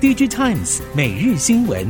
DG Times 每日新闻。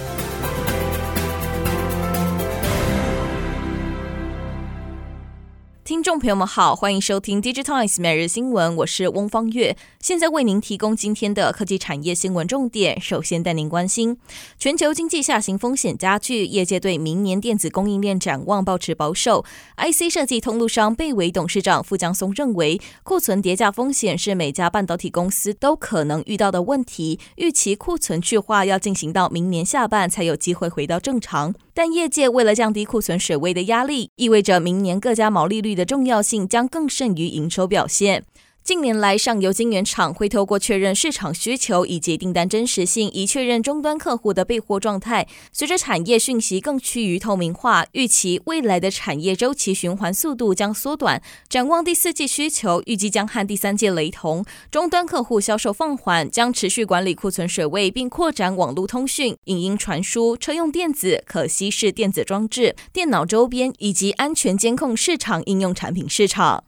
听众朋友们好，欢迎收听 DG Times 每日新闻，我是翁方月，现在为您提供今天的科技产业新闻重点。首先带您关心全球经济下行风险加剧，业界对明年电子供应链展望保持保守。 IC 设计通路商贝微董事长傅江松认为，库存跌价风险是每家半导体公司都可能遇到的问题，预期库存去化要进行到明年下半才有机会回到正常，但业界为了降低库存水位的压力，意味着明年各家毛利率的重要性将更胜于营收表现。近年来，上游晶圆厂会透过确认市场需求以及订单真实性，以确认终端客户的备货状态。随着产业讯息更趋于透明化，预期未来的产业周期循环速度将缩短。展望第四季需求，预计将和第三季雷同。终端客户销售放缓，将持续管理库存水位，并扩展网络通讯、影音传输、车用电子、可稀释电子装置、电脑周边以及安全监控市场应用产品市场。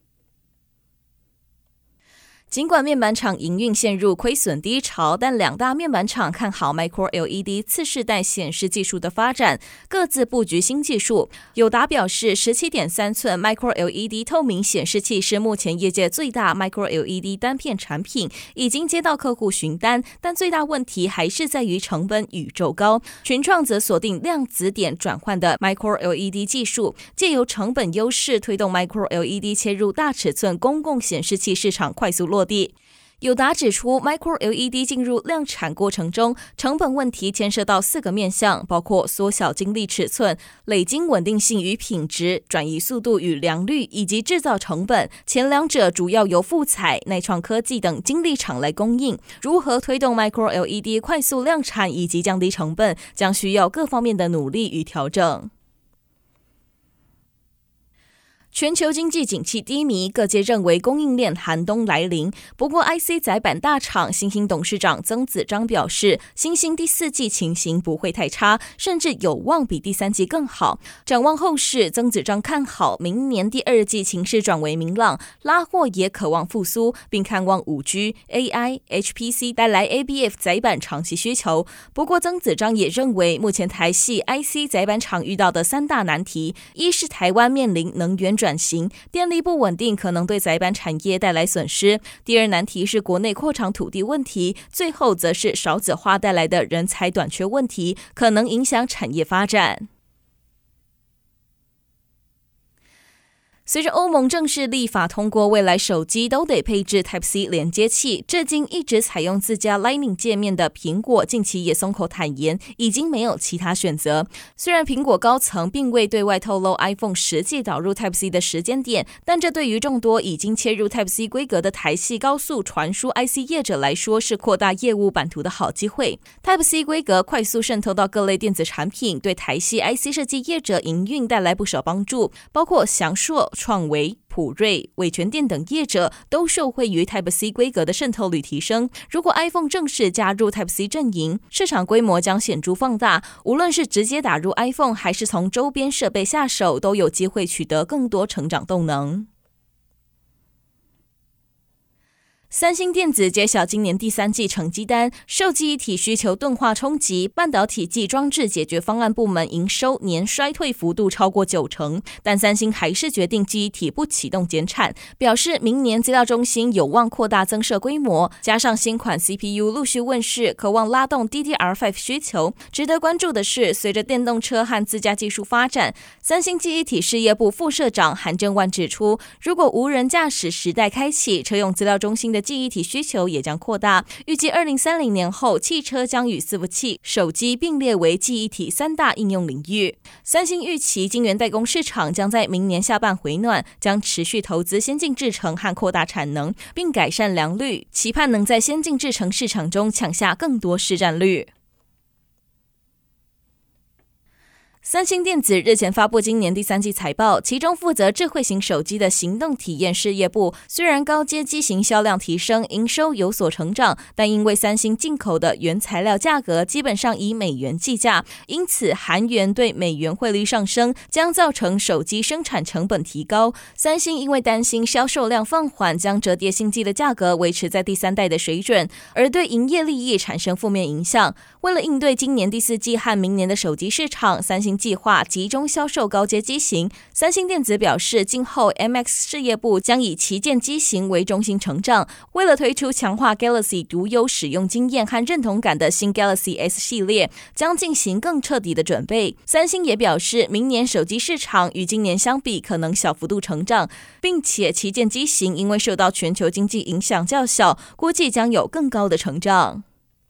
尽管面板厂营运陷入亏损低潮，但两大面板厂看好 Micro LED 次世代显示技术的发展，各自布局新技术。友达表示 17.3 寸 Micro LED 透明显示器是目前业界最大 Micro LED 单片产品，已经接到客户询单，但最大问题还是在于成本宇宙高。群创则锁定量子点转换的 Micro LED 技术，借由成本优势推动 Micro LED 切入大尺寸公共显示器市场快速落地。友达指出 Micro LED 进入量产过程中，成本问题牵涉到4个面向，包括缩小晶粒尺寸、累晶稳定性与品质、转移速度与良率以及制造成本。前两者主要由富彩、耐创科技等晶粒厂来供应，如何推动 Micro LED 快速量产以及降低成本，将需要各方面的努力与调整。全球经济景气低迷，各界认为供应链寒冬来临。不过 IC 载板大厂新兴董事长曾子章表示，新兴第四季情形不会太差，甚至有望比第三季更好。展望后市，曾子章看好明年第二季情势转为明朗，拉货也渴望复苏，并看望 5G、AI、HPC 带来 ABF 载板长期需求。不过曾子章也认为，目前台系 IC 载板厂遇到的3大难题，一是台湾面临能源转型，电力不稳定可能对载板产业带来损失。第二难题是国内扩厂土地问题，最后则是少子化带来的人才短缺问题，可能影响产业发展。随着欧盟正式立法通过，未来手机都得配置 Type-C 连接器，至今一直采用自家 Lightning 界面的苹果近期也松口坦言，已经没有其他选择。虽然苹果高层并未对外透露 iPhone 实际导入 Type-C 的时间点，但这对于众多已经切入 Type-C 规格的台系高速传输 IC 业者来说，是扩大业务版图的好机会。Type-C 规格快速渗透到各类电子产品，对台系 IC 设计业者营运带来不少帮助，包括祥硕、创维、普瑞、伟全电等业者都受惠于 Type-C 规格的渗透率提升。如果 iPhone 正式加入 Type-C 阵营，市场规模将显著放大，无论是直接打入 iPhone 还是从周边设备下手，都有机会取得更多成长动能。三星电子揭晓今年第三季成绩单，受记忆体需求钝化冲击，半导体及装置解决方案部门营收年衰退幅度超过90%，但三星还是决定记忆体不启动减产，表示明年资料中心有望扩大增设规模，加上新款 CPU 陆续问世，渴望拉动 DDR5 需求。值得关注的是，随着电动车和自家技术发展，三星记忆体事业部副社长韩正万指出，如果无人驾驶时代开启，车用资料中心的记忆体需求也将扩大，预计2030年后，汽车将与伺服器、手机并列为记忆体3大应用领域。三星预期晶圆代工市场将在明年下半回暖，将持续投资先进制程和扩大产能，并改善良率，期盼能在先进制程市场中抢下更多市占率。 三星电子日前发布今年第三季财报，其中负责智慧型手机的行动体验事业部，虽然高阶机型销量提升，营收有所成长，但因为三星进口的原材料价格基本上以美元计价，因此韩元对美元汇率上升，将造成手机生产成本提高。三星因为担心销售量放缓，将折叠新机的价格维持在第三代的水准，而对营业利益产生负面影响。为了应对今年第四季和明年的手机市场，三星计划集中销售高阶机型。三星电子表示，今后 MX 事业部将以旗舰机型为中心成长，为了推出强化 Galaxy 独有使用经验和认同感的新 Galaxy S 系列，将进行更彻底的准备。三星也表示，明年手机市场与今年相比可能小幅度成长，并且旗舰机型因为受到全球经济影响较小，估计将有更高的成长。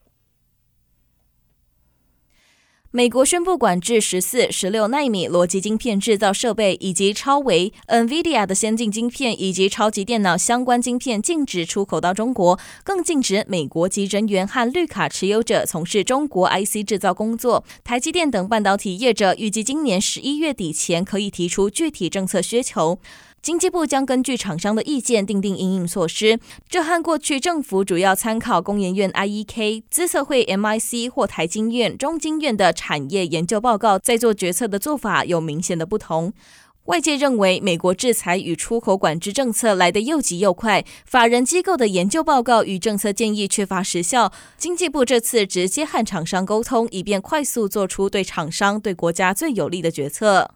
美国宣布管制14、16奈米逻辑晶片制造设备，以及超微、NVIDIA 的先进晶片以及超级电脑相关晶片禁止出口到中国，更禁止美国籍人员和绿卡持有者从事中国 IC 制造工作。台积电等半导体业者预计今年11月底前可以提出具体政策需求。经济部将根据厂商的意见订定因应措施，这和过去政府主要参考工研院 IEK、资策会 MIC 或台经院、中经院的产业研究报告在做决策的做法有明显的不同。外界认为美国制裁与出口管制政策来得又急又快，法人机构的研究报告与政策建议缺乏实效。经济部这次直接和厂商沟通，以便快速做出对厂商、对国家最有利的决策。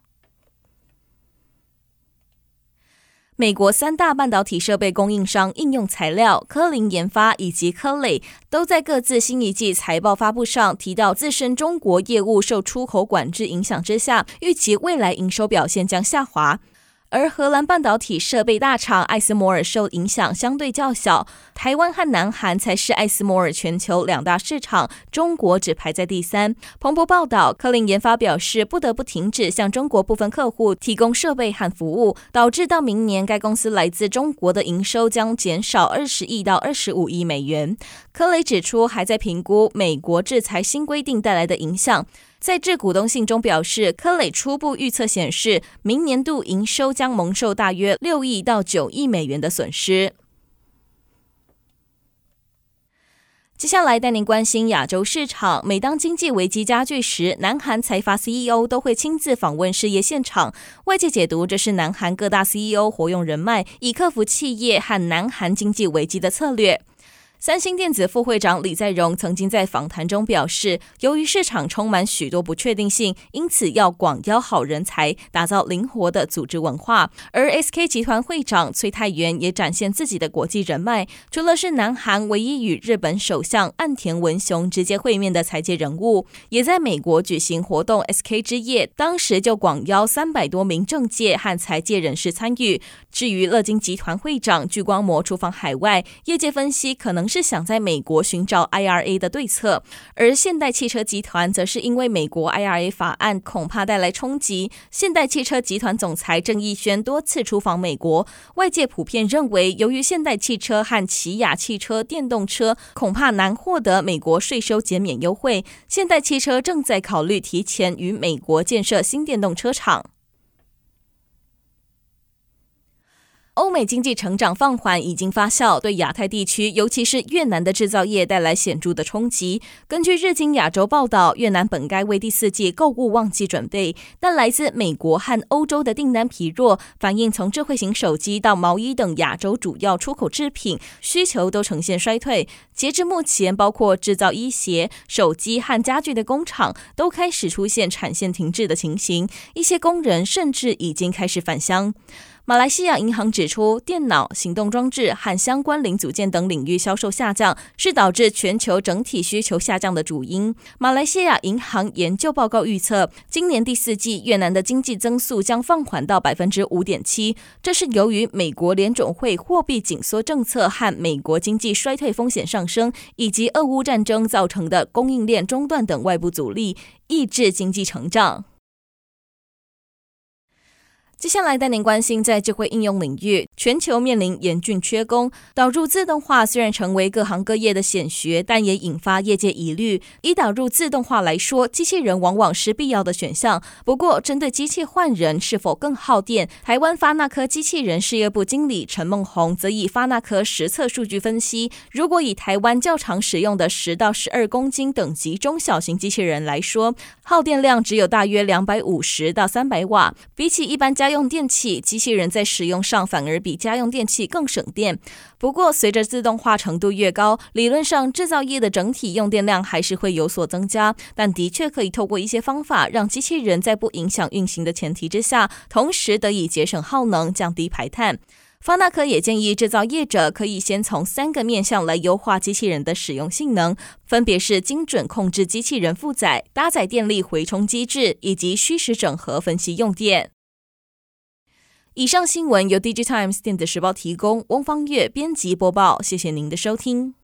美国三大半导体设备供应商应用材料、科林研发以及科磊都在各自新一季财报发布上提到，自身中国业务受出口管制影响之下，预期未来营收表现将下滑。而荷兰半导体设备大厂艾斯摩尔受影响相对较小，台湾和南韩才是艾斯摩尔全球两大市场，中国只排在第三。彭博报道，科林研发表示不得不停止向中国部分客户提供设备和服务，导致到明年该公司来自中国的营收将减少20亿到25亿美元。科磊指出，还在评估美国制裁新规定带来的影响。在致股东信中表示，科磊初步预测显示，明年度营收将蒙受大约6亿到9亿美元的损失。接下来带您关心亚洲市场。每当经济危机加剧时，南韩财阀 CEO 都会亲自访问事业现场。外界解读这是南韩各大 CEO 活用人脉，以克服企业和南韩经济危机的策略。三星电子副会长李在镕曾经在访谈中表示，由于市场充满许多不确定性，因此要广邀好人才，打造灵活的组织文化。而 SK 集团会长崔泰元也展现自己的国际人脉，除了是南韩唯一与日本首相岸田文雄直接会面的财界人物，也在美国举行活动 SK 之夜，当时就广邀300多名政界和财界人士参与。至于乐金集团会长具光模出访海外，业界分析可能是想在美国寻找 IRA 的对策，而现代汽车集团则是因为美国 IRA 法案恐怕带来冲击。现代汽车集团总裁郑义轩多次出访美国，外界普遍认为，由于现代汽车和起亚汽车电动车恐怕难获得美国税收减免优惠，现代汽车正在考虑提前与美国建设新电动车厂。欧美经济成长放缓已经发酵，对亚太地区，尤其是越南的制造业带来显著的冲击。根据日经亚洲报道，越南本该为第四季购物旺季准备，但来自美国和欧洲的订单疲弱，反映从智慧型手机到毛衣等亚洲主要出口制品需求都呈现衰退。截至目前，包括制造衣鞋、手机和家具的工厂都开始出现产线停滞的情形，一些工人甚至已经开始返乡。马来西亚银行指出，电脑、行动装置和相关零组件等领域销售下降，是导致全球整体需求下降的主因。马来西亚银行研究报告预测，今年第四季越南的经济增速将放缓到 5.7%， 这是由于美国联总会货币紧缩政策和美国经济衰退风险上升，以及俄乌战争造成的供应链中断等外部阻力，抑制经济成长。 接下来带您关心，在智慧应用领域，全球面临严峻缺工，导入自动化虽然成为各行各业的显学，但也引发业界疑虑。以导入自动化来说，机器人往往是必要的选项。不过，针对机器换人是否更耗电，台湾发那科机器人事业部经理陈梦红则以发那科实测数据分析，如果以台湾较常使用的10到12公斤等级中小型机器人来说，耗电量只有大约250到300瓦，比起一般家用电器，机器人在使用上反而比家用电器更省电。不过，随着自动化程度越高，理论上制造业的整体用电量还是会有所增加，但的确可以透过一些方法，让机器人在不影响运行的前提之下，同时得以节省耗能，降低排碳。发那科也建议制造业者可以先从3个面向来优化机器人的使用性能，分别是精准控制机器人负载、搭载电力回充机制，以及虚实整合分析用电。以上新闻由 Digitimes 电子时报提供，翁方月编辑播报，谢谢您的收听。